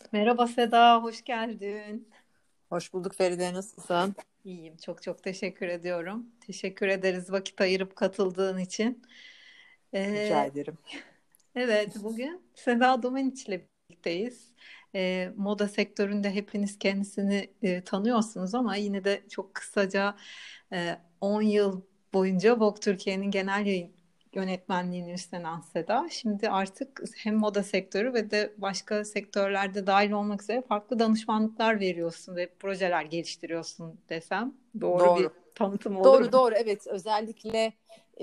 Merhaba Seda, hoş geldin. Hoş bulduk Feride, nasılsın? İyiyim, çok çok teşekkür ediyorum. Teşekkür ederiz vakit ayırıp katıldığın için. Rica Ee, ederim. evet, bugün Seda Domeniç ile birlikteyiz. Moda sektöründe hepiniz kendisini tanıyorsunuz ama yine de çok kısaca 10 yıl boyunca Vogue Türkiye'nin genel yayın yönetmenliğini üstlenen Seda. Şimdi artık hem moda sektörü ve de başka sektörlerde dahil olmak üzere farklı danışmanlıklar veriyorsun ve projeler geliştiriyorsun desem doğru bir Doğru. tanıtım olur mu? Doğru, evet, özellikle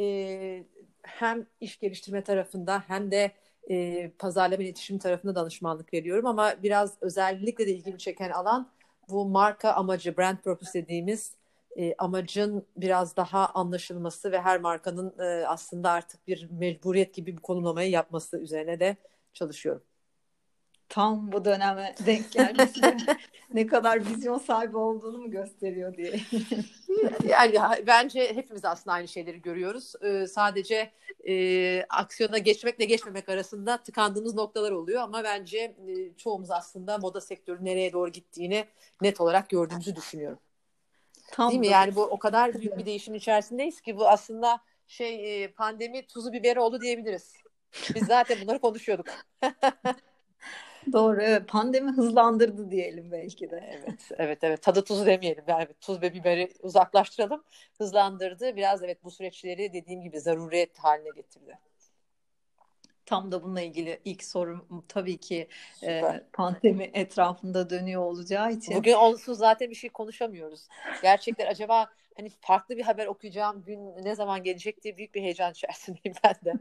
hem iş geliştirme tarafında hem de pazarlama iletişim tarafında danışmanlık veriyorum ama biraz özellikle de ilgimi çeken alan bu marka amacı, brand purpose dediğimiz amacın biraz daha anlaşılması ve her markanın aslında artık bir mecburiyet gibi bir konumlamayı yapması üzerine de çalışıyorum. Tam bu döneme denk gelmesi de ne kadar vizyon sahibi olduğunu mu gösteriyor diye. Yani bence hepimiz aslında aynı şeyleri görüyoruz. Sadece aksiyona geçmekle geçmemek arasında tıkandığımız noktalar oluyor ama bence çoğumuz aslında moda sektörü nereye doğru gittiğini net olarak gördüğümüzü düşünüyorum. Değil Tam mi? da bu. Yani bu o kadar büyük bir değişimin içerisindeyiz ki bu aslında pandemi tuzu biberi oldu diyebiliriz. Biz zaten bunları konuşuyorduk. Doğru, evet. Pandemi hızlandırdı diyelim belki de. Evet. Tadı tuzu demeyelim. Yani tuz ve biberi uzaklaştıralım. Hızlandırdı. Biraz evet bu süreçleri dediğim gibi zaruriyet haline getirdi. Tam da bununla ilgili ilk sorum tabii ki Süper. pandemi etrafında dönüyor olacağı için. Bugün onsuz zaten bir şey konuşamıyoruz. Gerçekten acaba hani farklı bir haber okuyacağım gün ne zaman gelecek diye büyük bir heyecan içerisindeyim ben de.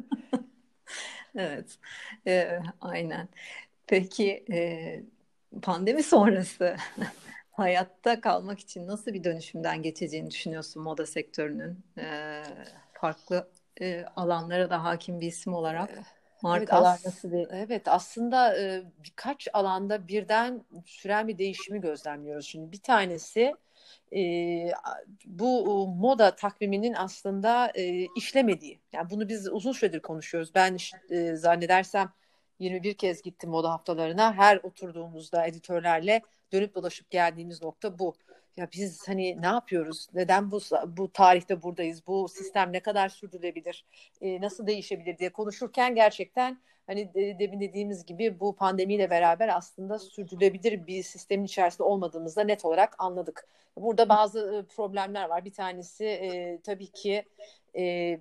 Evet, aynen. Peki pandemi sonrası hayatta kalmak için nasıl bir dönüşümden geçeceğini düşünüyorsun moda sektörünün? Farklı alanlara da hakim bir isim olarak Evet markalar nasıl bir... evet aslında birkaç alanda birden süren bir değişimi gözlemliyoruz. Şimdi bir tanesi e, bu moda takviminin aslında işlemediği. Yani bunu biz uzun süredir konuşuyoruz. Ben zannedersem 21 kez gittim moda haftalarına. Her oturduğumuzda editörlerle dönüp dolaşıp geldiğimiz nokta bu. Ya biz hani ne yapıyoruz? Neden bu tarihte buradayız? Bu sistem ne kadar sürdürülebilir? Nasıl değişebilir diye konuşurken gerçekten hani demin dediğimiz gibi bu pandemiyle beraber aslında sürdürülebilir bir sistemin içerisinde olmadığımızda net olarak anladık. Burada bazı problemler var. Bir tanesi tabii ki e,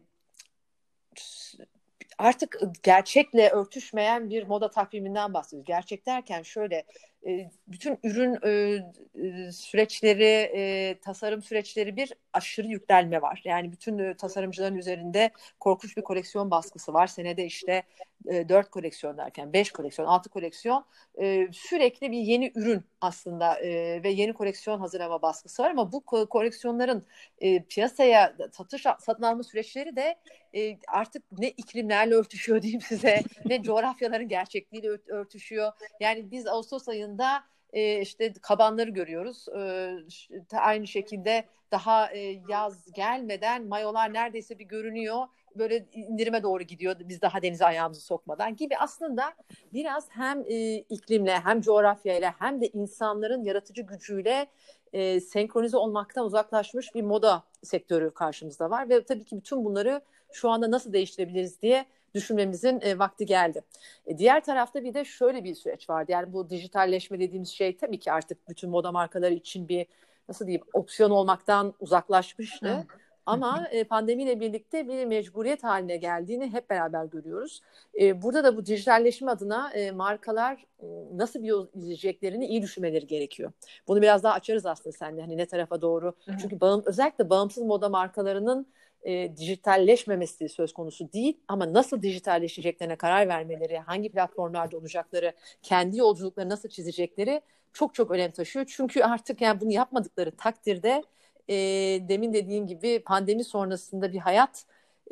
artık gerçekle örtüşmeyen bir moda takviminden bahsediyoruz. Gerçek derken şöyle bütün ürün süreçleri, tasarım süreçleri bir aşırı yüklenme var. Yani bütün tasarımcıların üzerinde korkunç bir koleksiyon baskısı var. Senede işte 4 koleksiyon derken 5 koleksiyon, 6 koleksiyon sürekli bir yeni ürün aslında ve yeni koleksiyon hazırlama baskısı var ama bu koleksiyonların piyasaya satın alma süreçleri de artık ne iklimlerle örtüşüyor diyeyim size, ne coğrafyaların gerçekliğiyle örtüşüyor. Yani biz Ağustos ayında işte kabanları görüyoruz. Aynı şekilde daha yaz gelmeden mayolar neredeyse bir görünüyor. Böyle indirime doğru gidiyor biz daha denize ayağımızı sokmadan gibi aslında biraz hem iklimle hem coğrafyayla hem de insanların yaratıcı gücüyle senkronize olmaktan uzaklaşmış bir moda sektörü karşımızda var ve tabii ki bütün bunları şu anda nasıl değiştirebiliriz diye düşünmemizin vakti geldi. Diğer tarafta bir de şöyle bir süreç vardı. Yani bu dijitalleşme dediğimiz şey tabii ki artık bütün moda markaları için bir nasıl diyeyim opsiyon olmaktan uzaklaşmıştı. Evet. Ama pandemiyle birlikte bir mecburiyet haline geldiğini hep beraber görüyoruz. Burada da bu dijitalleşme adına markalar nasıl bir yol izleyeceklerini iyi düşünmeleri gerekiyor. Bunu biraz daha açarız aslında seninle hani ne tarafa doğru. Evet. Çünkü özellikle bağımsız moda markalarının dijitalleşmemesi söz konusu değil ama nasıl dijitalleşeceklerine karar vermeleri, hangi platformlarda olacakları, kendi yolculukları nasıl çizecekleri çok çok önem taşıyor. Çünkü artık yani bunu yapmadıkları takdirde demin dediğim gibi pandemi sonrasında bir hayat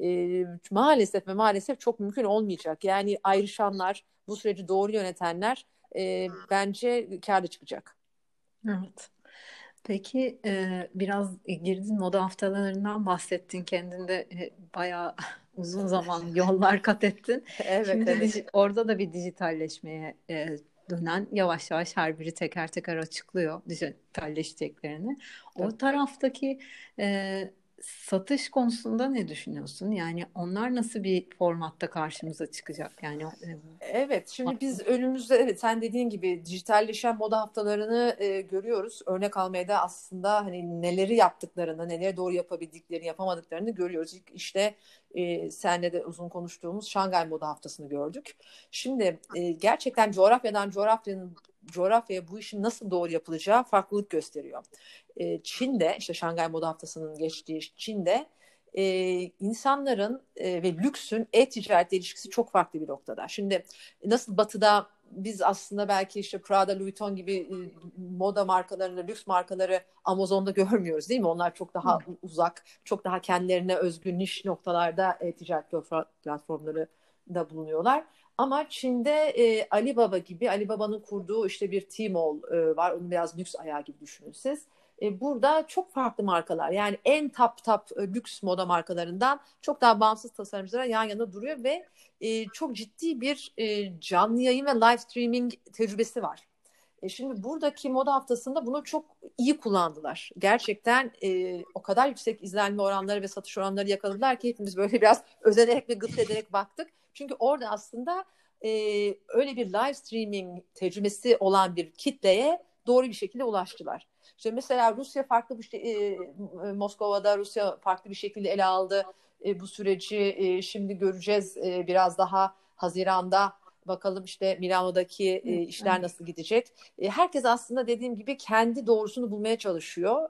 maalesef çok mümkün olmayacak. Yani ayrışanlar, bu süreci doğru yönetenler bence kârda çıkacak. Evet. Peki biraz girdin moda haftalarından bahsettin. Kendinde bayağı uzun zaman yollar kat ettin. Evet, Şimdi evet. orada da bir dijitalleşmeye dönen yavaş yavaş her biri teker teker açıklıyor dijitalleşeceklerini. O Tabii. taraftaki satış konusunda ne düşünüyorsun? Yani onlar nasıl bir formatta karşımıza çıkacak? Yani Evet, şimdi biz önümüzde, evet, sen dediğin gibi dijitalleşen moda haftalarını görüyoruz. Örnek almaya da aslında hani neleri yaptıklarını, neleri doğru yapabildiklerini, yapamadıklarını görüyoruz. İlk işte senle de uzun konuştuğumuz Şangay Moda Haftası'nı gördük. Şimdi gerçekten coğrafyadan coğrafyaya bu işin nasıl doğru yapılacağı farklılık gösteriyor. Çin'de, işte Şangay Moda Haftası'nın geçtiği Çin'de insanların ve lüksün e-ticaretle ilişkisi çok farklı bir noktada. Şimdi nasıl Batı'da biz aslında belki işte Prada, Louis Vuitton gibi moda markalarını, lüks markaları Amazon'da görmüyoruz, değil mi? Onlar çok daha uzak, çok daha kendilerine özgü niş noktalarda ticaret platformları da bulunuyorlar. Ama Çin'de Alibaba gibi, Alibaba'nın kurduğu işte bir Tmall var. Onun biraz lüks ayağı gibi düşünün siz. Burada çok farklı markalar, yani en top lüks moda markalarından çok daha bağımsız tasarımcılara yan yana duruyor ve çok ciddi bir canlı yayın ve live streaming tecrübesi var. Şimdi buradaki moda haftasında bunu çok iyi kullandılar. Gerçekten o kadar yüksek izlenme oranları ve satış oranları yakaladılar ki hepimiz böyle biraz özenerek ve gıpta ederek baktık. Çünkü orada aslında öyle bir live streaming tecrübesi olan bir kitleye doğru bir şekilde ulaştılar. İşte mesela Rusya farklı bir Moskova'da Rusya farklı bir şekilde ele aldı bu süreci. Şimdi göreceğiz biraz daha Haziran'da. Bakalım işte Milano'daki işler nasıl gidecek. Herkes aslında dediğim gibi kendi doğrusunu bulmaya çalışıyor.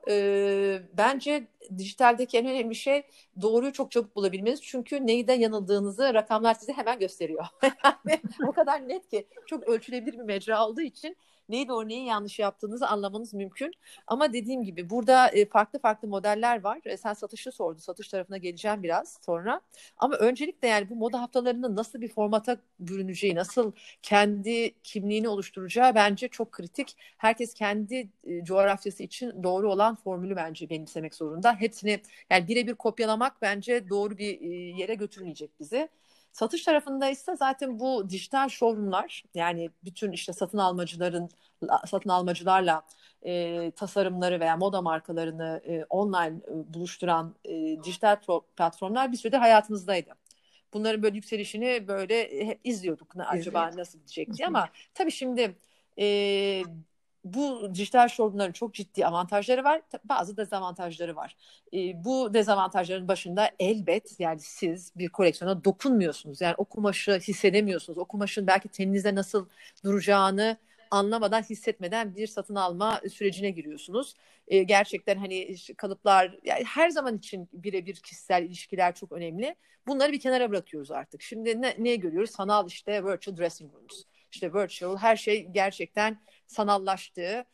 Bence dijitaldeki en önemli şey doğruyu çok çabuk bulabilmeniz. Çünkü neyden yanıldığınızı rakamlar size hemen gösteriyor. Yani o kadar net ki, çok ölçülebilir bir mecra olduğu için neyi doğru neyi yanlış yaptığınızı anlamanız mümkün. Ama dediğim gibi burada farklı farklı modeller var. Sen satışı sordun. Satış tarafına geleceğim biraz sonra. Ama öncelikle yani bu moda haftalarının nasıl bir formata bürüneceği, nasıl kendi kimliğini oluşturacağı bence çok kritik. Herkes kendi coğrafyası için doğru olan formülü bence benimsemek zorunda. Hepsini yani birebir kopyalamak bence doğru bir yere götürmeyecek bizi. Satış tarafında ise zaten bu dijital showroomlar, yani bütün işte satın almacılarla tasarımları veya moda markalarını online buluşturan dijital platformlar bir süredir hayatımızdaydı. Bunların böyle yükselişini böyle hep izliyorduk. Acaba nasıl gidecek diye, ama tabii şimdi bu dijital showroomların çok ciddi avantajları var. Bazı dezavantajları var. Bu dezavantajların başında elbet yani siz bir koleksiyona dokunmuyorsunuz. Yani o kumaşı hissedemiyorsunuz. O kumaşın belki teninizde nasıl duracağını anlamadan, hissetmeden bir satın alma sürecine giriyorsunuz. Gerçekten hani kalıplar, yani her zaman için birebir kişisel ilişkiler çok önemli. Bunları bir kenara bırakıyoruz artık. Şimdi ne görüyoruz? Sanal işte virtual dressing rooms. İşte virtual, her şey gerçekten sanallaştığı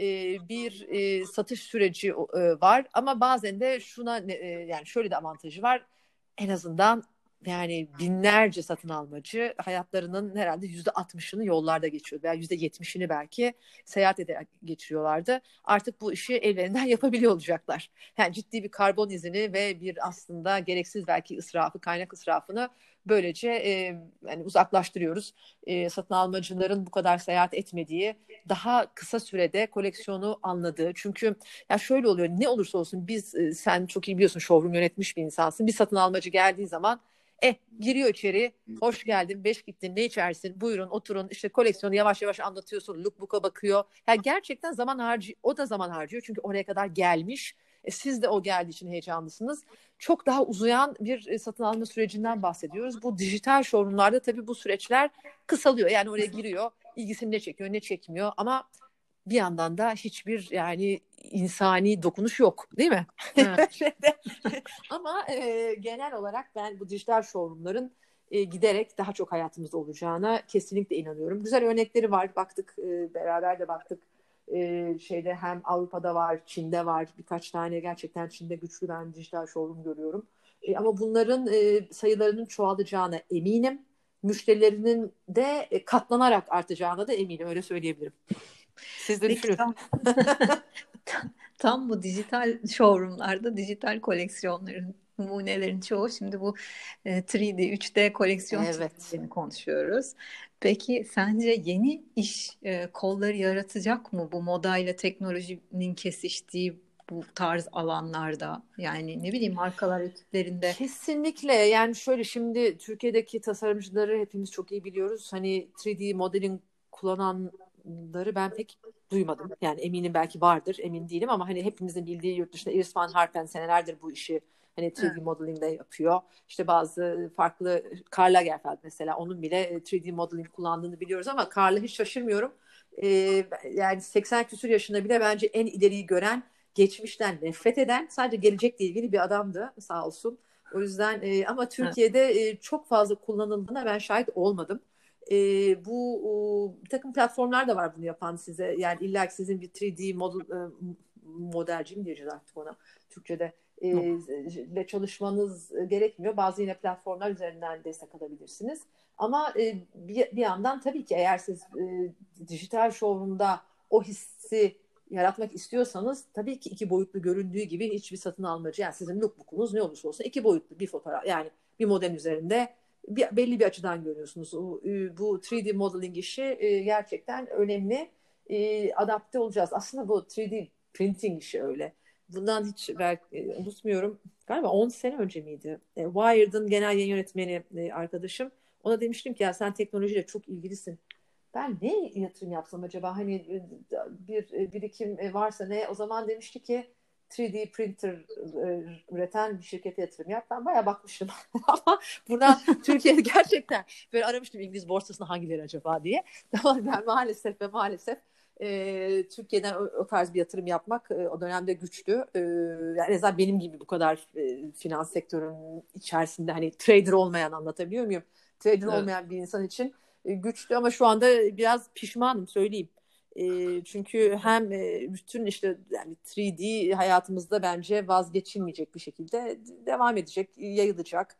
bir satış süreci var. Ama bazen de yani şöyle de avantajı var. En azından yani binlerce satın almacı hayatlarının herhalde %60'ını yollarda geçiyor veya %70'ini belki seyahat ederek geçiriyorlardı. Artık bu işi evlerinden yapabiliyor olacaklar. Yani ciddi bir karbon izini ve bir aslında gereksiz belki kaynak israfını böylece yani uzaklaştırıyoruz. Satın almacıların bu kadar seyahat etmediği, daha kısa sürede koleksiyonu anladığı. Çünkü ya şöyle oluyor, ne olursa olsun sen çok iyi biliyorsun, showroom yönetmiş bir insansın. Bir satın almacı geldiği zaman giriyor içeri. Hoş geldin, beş gittin, ne içersin? Buyurun, oturun. İşte koleksiyonu yavaş yavaş anlatıyorsun. Lookbook'a bakıyor. Yani gerçekten zaman harcıyor. O da zaman harcıyor. Çünkü oraya kadar gelmiş. Siz de o geldiği için heyecanlısınız. Çok daha uzayan bir satın alma sürecinden bahsediyoruz. Bu dijital showroomlarda tabii bu süreçler kısalıyor. Yani oraya giriyor. İlgisini ne çekiyor, ne çekmiyor. Ama bir yandan da hiçbir yani insani dokunuş yok, değil mi? Evet. Ama genel olarak ben bu dijital showroomların giderek daha çok hayatımızda olacağına kesinlikle inanıyorum. Güzel örnekleri var. Baktık, beraber de baktık. Şeyde hem Avrupa'da var, Çin'de var. Birkaç tane gerçekten Çin'de güçlü ben dijital showroom görüyorum. Ama bunların sayılarının çoğalacağına eminim. Müşterilerinin de katlanarak artacağına da eminim. Öyle söyleyebilirim. Siz de Peki düşünün. tam bu dijital showroomlarda dijital koleksiyonların numunelerin çoğu şimdi bu 3D, 3D koleksiyon Evet. çizimlerini konuşuyoruz. Peki sence yeni iş kolları yaratacak mı bu moda ile teknolojinin kesiştiği bu tarz alanlarda? Yani ne bileyim markalar ekiplerinde. Kesinlikle, yani şöyle, şimdi Türkiye'deki tasarımcıları hepimiz çok iyi biliyoruz. Hani 3D modeling kullananları ben pek duymadım. Yani eminim belki vardır, emin değilim, ama hani hepimizin bildiği yurt dışında Iris Van Herpen senelerdir bu işi hani 3D Evet. modelingde yapıyor. İşte bazı farklı, Karl Lagerfeld mesela, onun bile 3D modeling kullandığını biliyoruz, ama Karl'ı hiç şaşırmıyorum. Yani 80 küsur yaşında bile bence en ileriyi gören, geçmişten nefret eden, sadece gelecekle ilgili bir adamdı sağ olsun. O yüzden ama Evet. Türkiye'de çok fazla kullanıldığına ben şahit olmadım. Bir takım platformlar da var bunu yapan size. Yani illa ki sizin bir 3D modelci mi diyeceğiz artık ona Türkçe'de ile çalışmanız gerekmiyor. Bazı yine platformlar üzerinden destek alabilirsiniz. Ama bir yandan tabii ki, eğer siz dijital showroom'da o hissi yaratmak istiyorsanız, tabii ki iki boyutlu göründüğü gibi hiçbir satın almacı, yani sizin lookbook'unuz ne olursa olsun iki boyutlu bir fotoğraf, yani bir model üzerinde belli bir açıdan görüyorsunuz. Bu 3D modeling işi gerçekten önemli. Adapte olacağız. Aslında bu 3D printing işi öyle. Bundan hiç belki unutmuyorum. Galiba 10 sene önce miydi? Wired'ın genel yayın yönetmeni arkadaşım. Ona demiştim ki, ya sen teknolojiyle çok ilgilisin. Ben ne yatırım yapsam acaba? Hani bir birikim varsa ne? O zaman demişti ki 3D printer üreten bir şirkete yatırım yap. Ben bayağı bakmıştım. Ama buradan Türkiye'de gerçekten böyle aramıştım, İngiliz borsasında hangileri acaba diye. Ama ben maalesef Türkiye'den o tarz bir yatırım yapmak o dönemde güçtü. Yani en azından benim gibi bu kadar finans sektörünün içerisinde, hani trader olmayan, anlatabiliyor muyum? Trader Evet. olmayan bir insan için güçlü, ama şu anda biraz pişmanım, söyleyeyim. Çünkü hem bütün işte, yani 3D hayatımızda bence vazgeçilmeyecek bir şekilde devam edecek, yayılacak.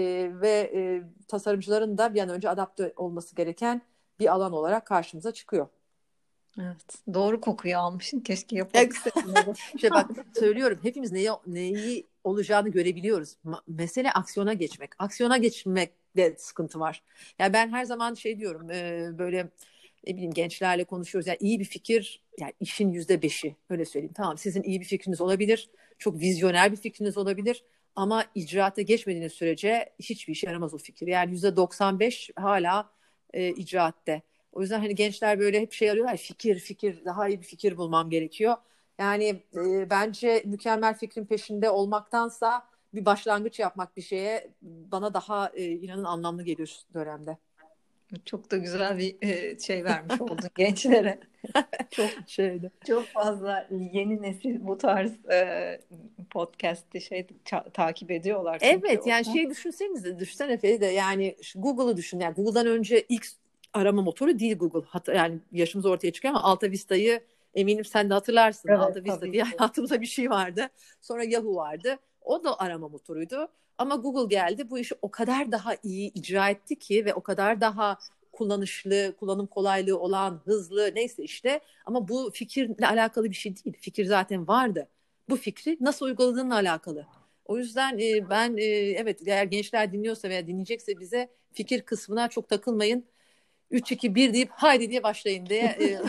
Ve tasarımcıların da bir an önce adapte olması gereken bir alan olarak karşımıza çıkıyor. Evet. Doğru kokuyu almışsın. Keşke yapabilseydim. İşte bak, söylüyorum, hepimiz neyi olacağını görebiliyoruz. Mesele aksiyona geçmek. Aksiyona geçmekte sıkıntı var. Yani ben her zaman şey diyorum, böyle ne bileyim, gençlerle konuşuyoruz. Yani iyi bir fikir, yani işin %5'i, öyle söyleyeyim. Tamam, sizin iyi bir fikriniz olabilir. Çok vizyoner bir fikriniz olabilir. Ama icraata geçmediğiniz sürece hiçbir işe yaramaz o fikir. Yani %95 hala icraatte. O yüzden hani gençler böyle hep şey arıyorlar. Fikir, daha iyi bir fikir bulmam gerekiyor. Yani bence mükemmel fikrin peşinde olmaktansa bir başlangıç yapmak bir şeye, bana daha inanın anlamlı geliyor şu dönemde. Çok da güzel bir şey vermiş oldun gençlere. Çok Şeyde. çok fazla yeni nesil bu tarz podcast'i takip ediyorlar çünkü Evet, o. yani şey, düşünsene Feride, yani Google'ı düşün. Yani Google'dan önce ilk arama motoru değil Google. Yani yaşımız ortaya çıkıyor, ama Alta Vista'yı eminim sen de hatırlarsın. Evet, Alta Vista tabii diye ki. hayatımızda bir şey vardı. Sonra Yahoo vardı. O da arama motoruydu. Ama Google geldi. Bu işi o kadar daha iyi icra etti ki, ve o kadar daha kullanışlı, kullanım kolaylığı olan, hızlı, neyse işte. Ama bu fikirle alakalı bir şey değil. Fikir zaten vardı. Bu fikri nasıl uyguladığınla alakalı. O yüzden ben evet, eğer gençler dinliyorsa veya dinleyecekse bize, fikir kısmına çok takılmayın. 3 2 1 deyip haydi diye başlayın diye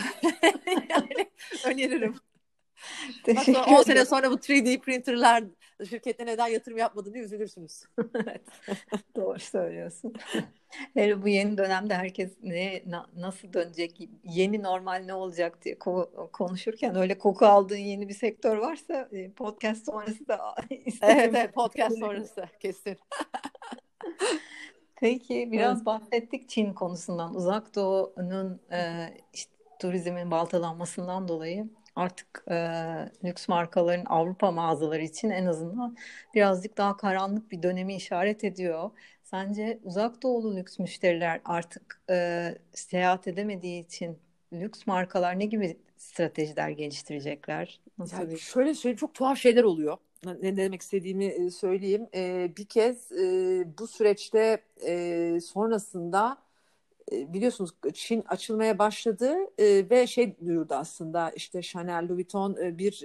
yani öneririm. Bak, sonra Teşekkür 10 sene ediyorum. sonra bu 3D printerlar şirketine neden yatırım yapmadı diye üzülürsünüz. Evet, doğru söylüyorsun. Hele bu yeni dönemde herkes nasıl dönecek, yeni normal ne olacak diye konuşurken öyle koku aldığın yeni bir sektör varsa podcast sonrası da Evet, isterim. evet, podcast sonrası kesin. Peki Evet. biraz bahsettik Çin konusundan. Uzak Doğu'nun işte, turizmin baltalanmasından dolayı artık lüks markaların Avrupa mağazaları için en azından birazcık daha karanlık bir dönemi işaret ediyor. Sence Uzak Doğulu lüks müşteriler artık seyahat edemediği için lüks markalar ne gibi stratejiler geliştirecekler? Nasıl Yani bir... şöyle söyleyeyim, çok tuhaf şeyler oluyor. Ne demek istediğimi söyleyeyim. Bir kez bu süreçte sonrasında biliyorsunuz Çin açılmaya başladı ve şey duyurdu aslında, işte Chanel, Louis Vuitton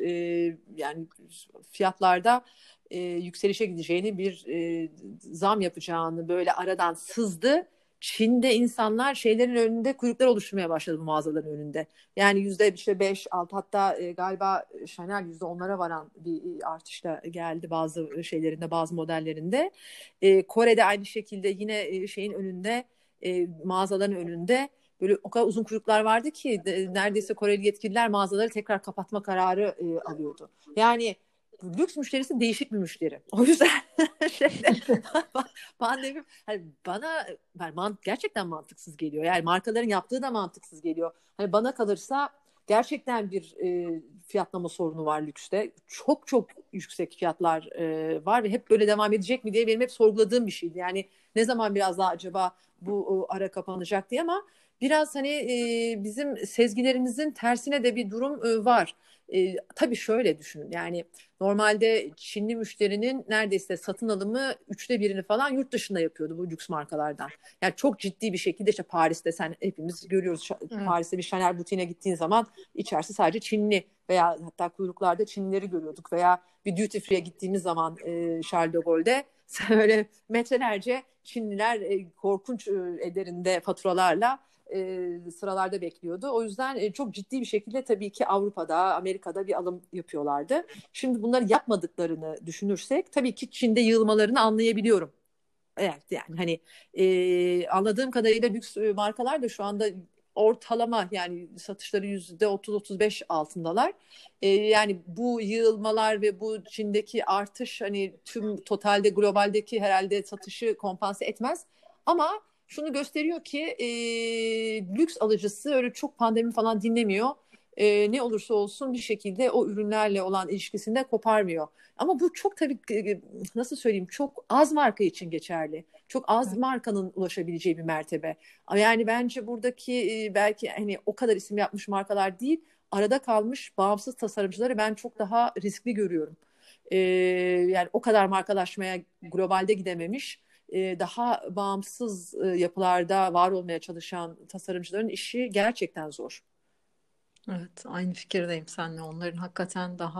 yani fiyatlarda yükselişe gideceğini, bir zam yapacağını böyle aradan sızdı. Çin'de insanlar şeylerin önünde kuyruklar oluşturmaya başladı, bu mağazaların önünde. Yani yüzde işte 5, 6, hatta galiba Chanel %10'lara varan bir artışla geldi bazı şeylerinde, bazı modellerinde. Kore'de aynı şekilde yine şeyin önünde, mağazaların önünde böyle o kadar uzun kuyruklar vardı ki neredeyse Koreli yetkililer mağazaları tekrar kapatma kararı alıyordu. Yani lüks müşterisi değişik bir müşteri. O yüzden şeyde pandemi hani bana gerçekten mantıksız geliyor. Yani markaların yaptığı da mantıksız geliyor. Hani bana kalırsa gerçekten bir fiyatlama sorunu var lükste. Çok çok yüksek fiyatlar var ve hep böyle devam edecek mi diye benim hep sorguladığım bir şeydi. Yani ne zaman biraz daha acaba bu ara kapanacak diye, ama biraz hani bizim sezgilerimizin tersine de bir durum var. Tabii şöyle düşünün, yani normalde Çinli müşterinin neredeyse satın alımı 1/3 falan yurt dışında yapıyordu bu lüks markalardan. Yani çok ciddi bir şekilde işte Paris'te, sen hepimiz görüyoruz, Evet. Paris'te bir Chanel butiğine gittiin zaman içerisi sadece Çinli veya hatta kuyruklarda Çinlileri görüyorduk, veya bir duty free'ye gittiğimiz zaman Charles de Gaulle'de böyle metrelerce Çinliler korkunç ederinde faturalarla sıralarda bekliyordu. O yüzden çok ciddi bir şekilde tabii ki Avrupa'da, Amerika'da bir alım yapıyorlardı. Şimdi bunları yapmadıklarını düşünürsek tabii ki Çin'de yığılmalarını anlayabiliyorum. Evet, yani hani anladığım kadarıyla lüks markalar da şu anda ortalama, yani satışları %30-35 altındalar. Yani bu yığılmalar ve bu Çin'deki artış hani tüm totalde, globaldeki herhalde satışı kompanse etmez. Ama şunu gösteriyor ki lüks alıcısı öyle çok pandemi falan dinlemiyor. Ne olursa olsun bir şekilde o ürünlerle olan ilişkisini de koparmıyor. Ama bu çok tabii nasıl söyleyeyim, çok az marka için geçerli. Çok az markanın ulaşabileceği bir mertebe. Yani bence buradaki belki hani o kadar isim yapmış markalar değil, arada kalmış bağımsız tasarımcıları ben çok daha riskli görüyorum. Yani o kadar markalaşmaya globalde gidememiş, daha bağımsız yapılarda var olmaya çalışan tasarımcıların işi gerçekten zor. Evet, aynı fikirdeyim seninle. Onların hakikaten daha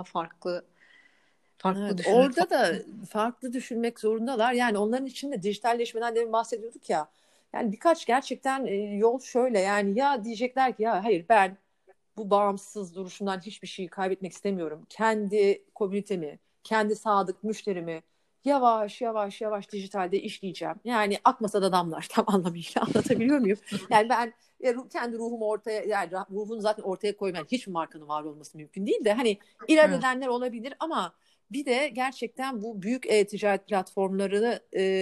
farklı Evet, düşünüp orada da farklı düşünmek zorundalar. Yani onların için de dijitalleşmeden demin bahsediyorduk ya. Yani birkaç gerçekten yol şöyle, yani ya diyecekler ki ya hayır, ben bu bağımsız duruşumdan hiçbir şeyi kaybetmek istemiyorum. Kendi komünitemi, kendi sadık müşterimi yavaş yavaş yavaş dijitalde işleyeceğim. Yani akmasa da damlar, tam anlamıyla anlatabiliyor muyum? Yani ben kendi ruhumu ortaya, yani ruhunu zaten ortaya koymayan hiçbir markanın var olması mümkün değil de hani irad evet. edenler olabilir, ama bir de gerçekten bu büyük ticaret platformları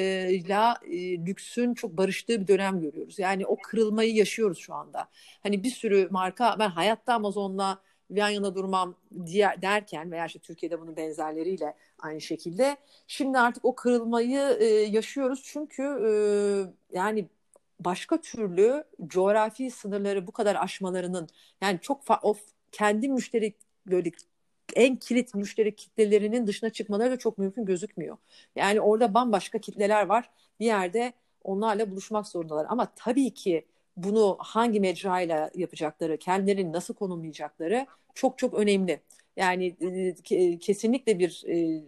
lüksün çok barıştığı bir dönem görüyoruz. Yani o kırılmayı yaşıyoruz şu anda. Hani bir sürü marka, ben hayatta Amazon'la yan yana durmam diye derken, veya işte Türkiye'de bunun benzerleriyle aynı şekilde, şimdi artık o kırılmayı yaşıyoruz. Çünkü yani başka türlü coğrafi sınırları bu kadar aşmalarının, yani çok kendi müşteri böyle en kilit müşteri kitlelerinin dışına çıkmaları da çok mümkün gözükmüyor. Yani orada bambaşka kitleler var. Bir yerde onlarla buluşmak zorundalar. Ama tabii ki bunu hangi mecrayla yapacakları, kendilerini nasıl konumlayacakları çok çok önemli. Yani kesinlikle bir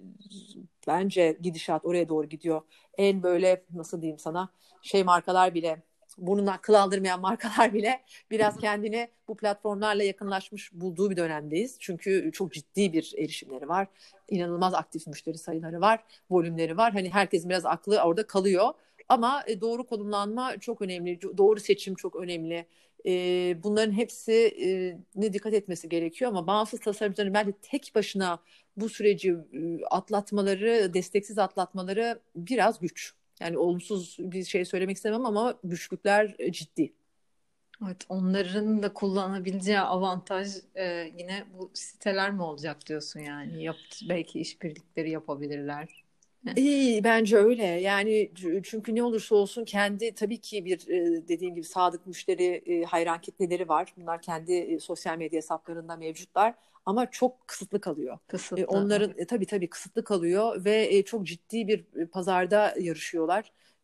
bence gidişat oraya doğru gidiyor. En böyle nasıl diyeyim sana, şey markalar bile, burnundan kıl aldırmayan markalar bile biraz kendini bu platformlarla yakınlaşmış bulduğu bir dönemdeyiz. Çünkü çok ciddi bir erişimleri var. İnanılmaz aktif müşteri sayıları var, volümleri var. Hani herkesin biraz aklı orada kalıyor. Ama doğru konumlanma çok önemli, doğru seçim çok önemli. Bunların hepsi ne dikkat etmesi gerekiyor, ama bağımsız tasarımcıların bence tek başına bu süreci atlatmaları, desteksiz atlatmaları biraz güç. Yani olumsuz bir şey söylemek istemem, ama güçlükler ciddi. Evet, onların da kullanabileceği avantaj yine bu siteler mi olacak diyorsun yani. Belki işbirlikleri yapabilirler. İyi, bence öyle. Yani çünkü ne olursa olsun kendi tabii ki bir dediğim gibi sadık müşteri hayran kitleleri var. Bunlar kendi sosyal medya hesaplarında mevcutlar, ama çok kısıtlı kalıyor. Kısıtlı. Onların tabii kısıtlı kalıyor ve çok ciddi bir pazarda yarışıyorlar.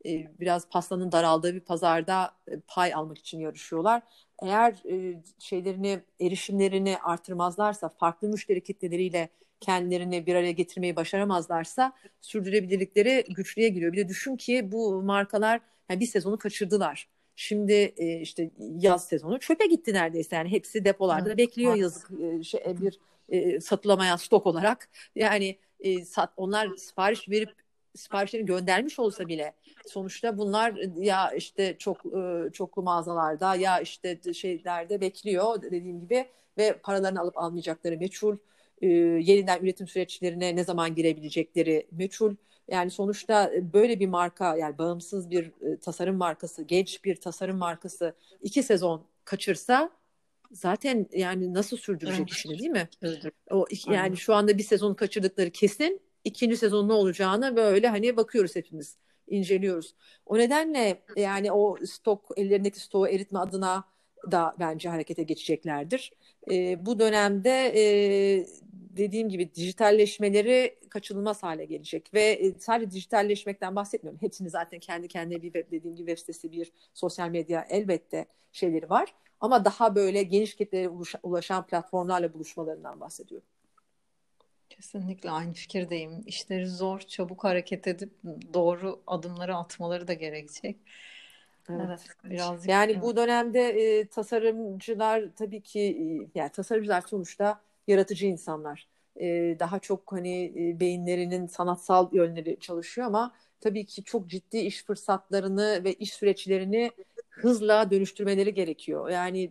biraz pastanın daraldığı bir pazarda pay almak için yarışıyorlar. Eğer erişimlerini artırmazlarsa, farklı müşteri kitleleriyle kendilerini bir araya getirmeyi başaramazlarsa sürdürülebilirlikleri güçlüğe giriyor. Bir de düşün ki bu markalar yani bir sezonu kaçırdılar. Şimdi işte yaz sezonu çöpe gitti neredeyse. Yani hepsi depolarda Evet, bekliyor maalesef. yazık bir satılamayan stok olarak. Yani onlar siparişlerini göndermiş olsa bile sonuçta bunlar ya işte çoklu mağazalarda ya işte şeylerde bekliyor dediğim gibi ve paralarını alıp almayacakları meçhul. Yeniden üretim süreçlerine ne zaman girebilecekleri meçhul. Yani sonuçta böyle bir marka yani bağımsız bir tasarım markası, genç bir tasarım markası 2 sezon kaçırsa zaten yani nasıl sürdürecek Evet. işini değil mi? Özür. Yani Aynen. şu anda bir sezon kaçırdıkları kesin. İkinci sezon ne olacağını böyle hani bakıyoruz hepimiz, inceliyoruz. O nedenle yani o ellerindeki stoğu eritme adına da bence harekete geçeceklerdir. Bu dönemde dediğim gibi dijitalleşmeleri kaçınılmaz hale gelecek ve sadece dijitalleşmekten bahsetmiyorum. Hepsini zaten kendi kendine bir dediğim gibi web sitesi, bir sosyal medya elbette şeyleri var. Ama daha böyle geniş kitlere ulaşan platformlarla buluşmalarından bahsediyorum. Kesinlikle aynı fikirdeyim. İşleri zor, çabuk hareket edip doğru adımları atmaları da gerekecek. Evet, Evet. birazcık Yani bu dönemde tasarımcılar tabii ki yani tasarımcılar sonuçta yaratıcı insanlar. Daha çok hani beyinlerinin sanatsal yönleri çalışıyor ama tabii ki çok ciddi iş fırsatlarını ve iş süreçlerini hızla dönüştürmeleri gerekiyor. Yani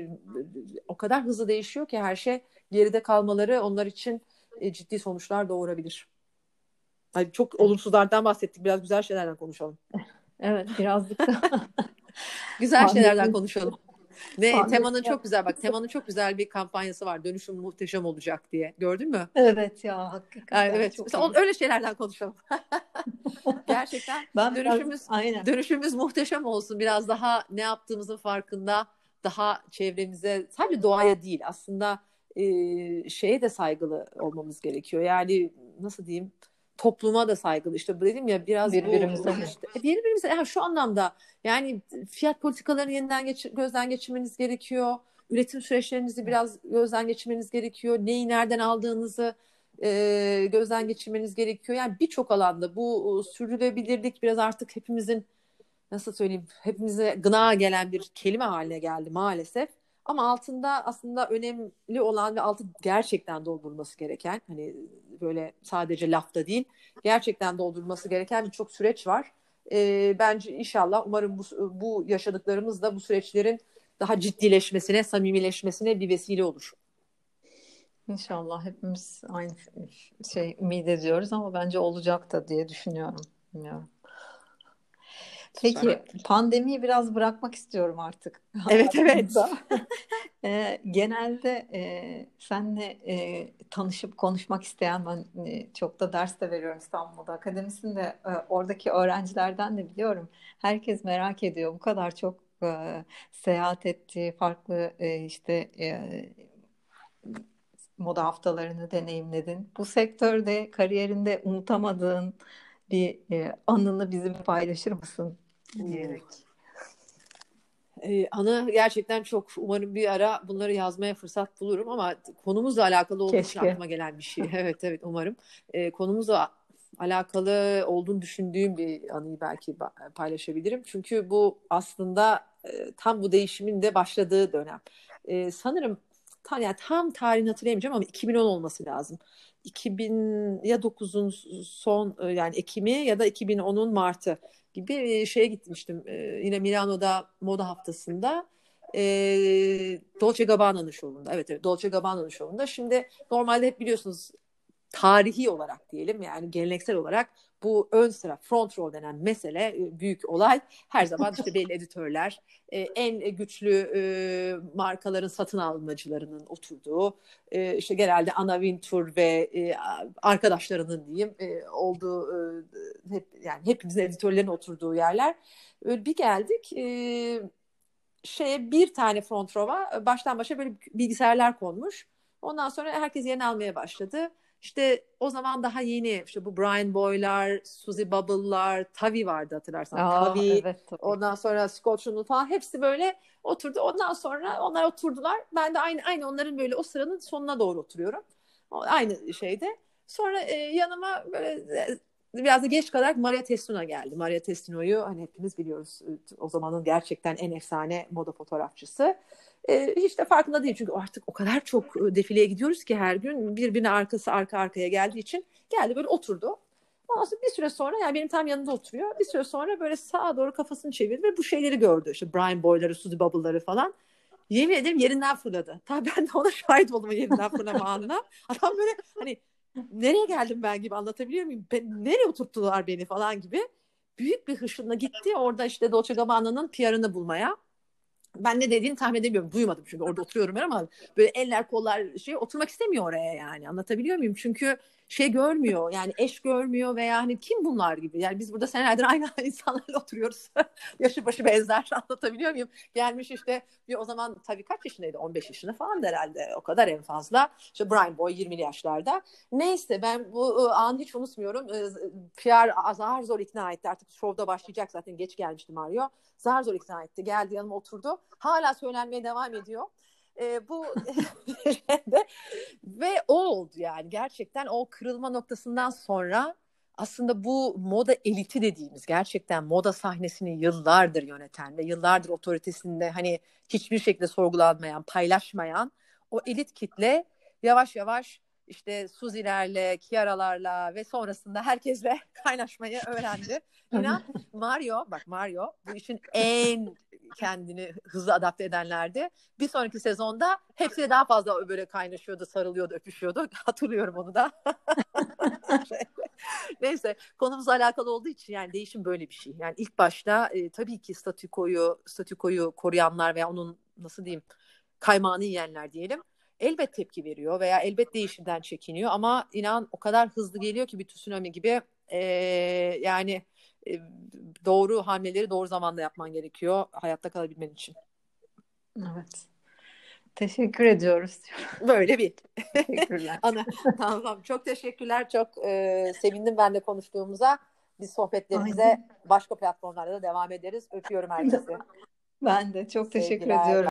o kadar hızlı değişiyor ki her şey geride kalmaları onlar için ciddi sonuçlar doğurabilir. Hani çok olumsuzlardan bahsettik. Biraz güzel şeylerden konuşalım. evet, birazcık da Güzel şeylerden pandemi konuşalım. Ne pandemi Teman'ın çok güzel bak Teman'ın çok güzel bir kampanyası var. Dönüşüm muhteşem olacak diye. Gördün mü? evet ya, Yani hakikaten evet. çok Mesela iyi. öyle şeylerden konuşalım. Gerçekten Ben biraz dönüşümüz aynen. dönüşümüz muhteşem olsun. Biraz daha ne yaptığımızın farkında, daha çevremize, sadece doğaya değil aslında şeye de saygılı olmamız gerekiyor. Yani nasıl diyeyim? Topluma da saygılı. İşte dedim ya biraz bu Birbirimize mi? işte birbirimize yani şu anlamda yani fiyat politikalarını yeniden gözden geçirmeniz gerekiyor. Üretim süreçlerinizi biraz gözden geçirmeniz gerekiyor. Neyi nereden aldığınızı gözden geçirmeniz gerekiyor. Yani birçok alanda bu sürdürülebilirlik biraz artık hepimizin nasıl söyleyeyim hepimize gına gelen bir kelime haline geldi maalesef. Ama altında aslında önemli olan ve altı gerçekten doldurulması gereken hani böyle sadece lafta değil gerçekten doldurulması gereken birçok süreç var. Bence inşallah umarım bu yaşadıklarımız da bu süreçlerin daha ciddileşmesine, samimileşmesine bir vesile olur. İnşallah hepimiz aynı ümit ediyoruz ama bence olacak da diye düşünüyorum. Bilmiyorum. Süper. Peki pandemiyi biraz bırakmak istiyorum artık Evet evet. aramızda. Genelde seninle tanışıp konuşmak isteyen ben çok da ders de veriyorum İstanbul'da akademisinde oradaki öğrencilerden de biliyorum. Herkes merak ediyor. Bu kadar çok seyahat etti, farklı işte moda haftalarını deneyimledin. Bu sektörde kariyerinde unutamadığın bir anını bizimle paylaşır mısın Uh. diyerek. Anı gerçekten çok umarım bir ara bunları yazmaya fırsat bulurum ama konumuzla alakalı olduğu için Keşke. aklıma gelen bir şey. Evet evet umarım. Konumuzla alakalı olduğunu düşündüğüm bir anıyı belki paylaşabilirim. Çünkü bu aslında tam bu değişimin de başladığı dönem. Sanırım yani tam tarihini hatırlayamayacağım ama 2010 olması lazım. 2000 ya 9'un son yani Ekim'i ya da 2010'un Mart'ı gibi şeye gitmiştim. Yine Milano'da moda haftasında Dolce Gabbana'nın şovunda. Evet, evet Dolce Gabbana'nın şovunda. Şimdi normalde hep biliyorsunuz tarihi olarak diyelim yani geleneksel olarak bu ön sıra front row denen mesele büyük olay her zaman işte belli editörler en güçlü markaların satın almacılarının oturduğu işte genelde Anna Wintour ve arkadaşlarının diyeyim olduğu hep yani hepimizin editörlerin oturduğu yerler. Bir geldik bir tane front row'a baştan başa böyle bilgisayarlar konmuş. Ondan sonra herkes yerini almaya başladı. İşte o zaman daha yeni işte bu Brian Boy'lar, Suzy Bubble'lar, Tavi vardı hatırlarsan. Aa, Tavi, evet tabii. ondan sonra Scott Shun'un falan hepsi böyle oturdu. Ondan sonra onlar oturdular. Ben de aynı onların böyle o sıranın sonuna doğru oturuyorum. Aynı şeyde. Sonra yanıma böyle biraz da geç kalarak Maria Testino geldi. Maria Testino'yu hani hepimiz biliyoruz. O zamanın gerçekten en efsane moda fotoğrafçısı. Hiç de farkında değil çünkü artık o kadar çok defileye gidiyoruz ki her gün birbirine arkası arka arkaya geldiği için geldi böyle oturdu. Ondan sonra bir süre sonra yani benim tam yanında oturuyor. Bir süre sonra böyle sağa doğru kafasını çevirdi ve bu şeyleri gördü. İşte Brian Boy'ları, Suzy Bubble'ları falan. Yemin ederim yerinden fırladı. Tabii ben de ona şahit oldum o yerinden fırlama anına. Adam böyle hani nereye geldim ben gibi anlatabiliyor muyum? Nereye oturttular beni falan gibi. Büyük bir hışımla gitti. Orada işte Dolce Gabbana'nın PR'ını bulmaya. Ben ne dediğini tahmin edemiyorum. Duymadım çünkü orada oturuyorum ben ama böyle eller kollar şey oturmak istemiyor oraya yani. Anlatabiliyor muyum? Çünkü şey görmüyor yani eş görmüyor veya hani kim bunlar gibi. Yani biz burada senelerdir aynı insanlarla oturuyoruz. Yaşı başı benzer anlatabiliyor muyum? Gelmiş işte bir o zaman tabii kaç yaşındaydı? 15 yaşında falan herhalde. O kadar en fazla. İşte Brian Boy 20'li yaşlarda. Neyse ben bu anı hiç unutmuyorum. PR zar zor ikna etti. Artık şovda başlayacak zaten geç gelmişti Mario. Zar zor ikna etti. Geldi yanıma oturdu. Hala söylenmeye devam ediyor. Bu de, ve o oldu yani. Gerçekten o kırılma noktasından sonra aslında bu moda eliti dediğimiz gerçekten moda sahnesini yıllardır yöneten ve yıllardır otoritesinde hani hiçbir şekilde sorgulanmayan, paylaşmayan o elit kitle yavaş yavaş işte Suzi'lerle, Kiara'larla ve sonrasında herkesle kaynaşmayı öğrendi. İnan Mario bu işin en kendini hızlı adapte edenlerdi. Bir sonraki sezonda hepsiyle daha fazla böyle kaynaşıyordu, sarılıyordu, öpüşüyordu. Hatırlıyorum onu da. Neyse konumuzla alakalı olduğu için yani değişim böyle bir şey. Yani ilk başta tabii ki statükoyu koruyanlar veya onun nasıl diyeyim kaymağını yiyenler diyelim. Elbet tepki veriyor veya elbet değişimden çekiniyor ama inan o kadar hızlı geliyor ki bir tsunami gibi yani e, doğru hamleleri doğru zamanda yapman gerekiyor hayatta kalabilmen için. Evet. Teşekkür ediyoruz. Böyle bir Teşekkürler. ana. Tamam. Çok teşekkürler. Çok sevindim ben de konuştuğumuza. Biz sohbetlerimize Aynen. başka platformlarda da devam ederiz. Öpüyorum herkese. Ben de çok teşekkür Sevgiler. ediyorum.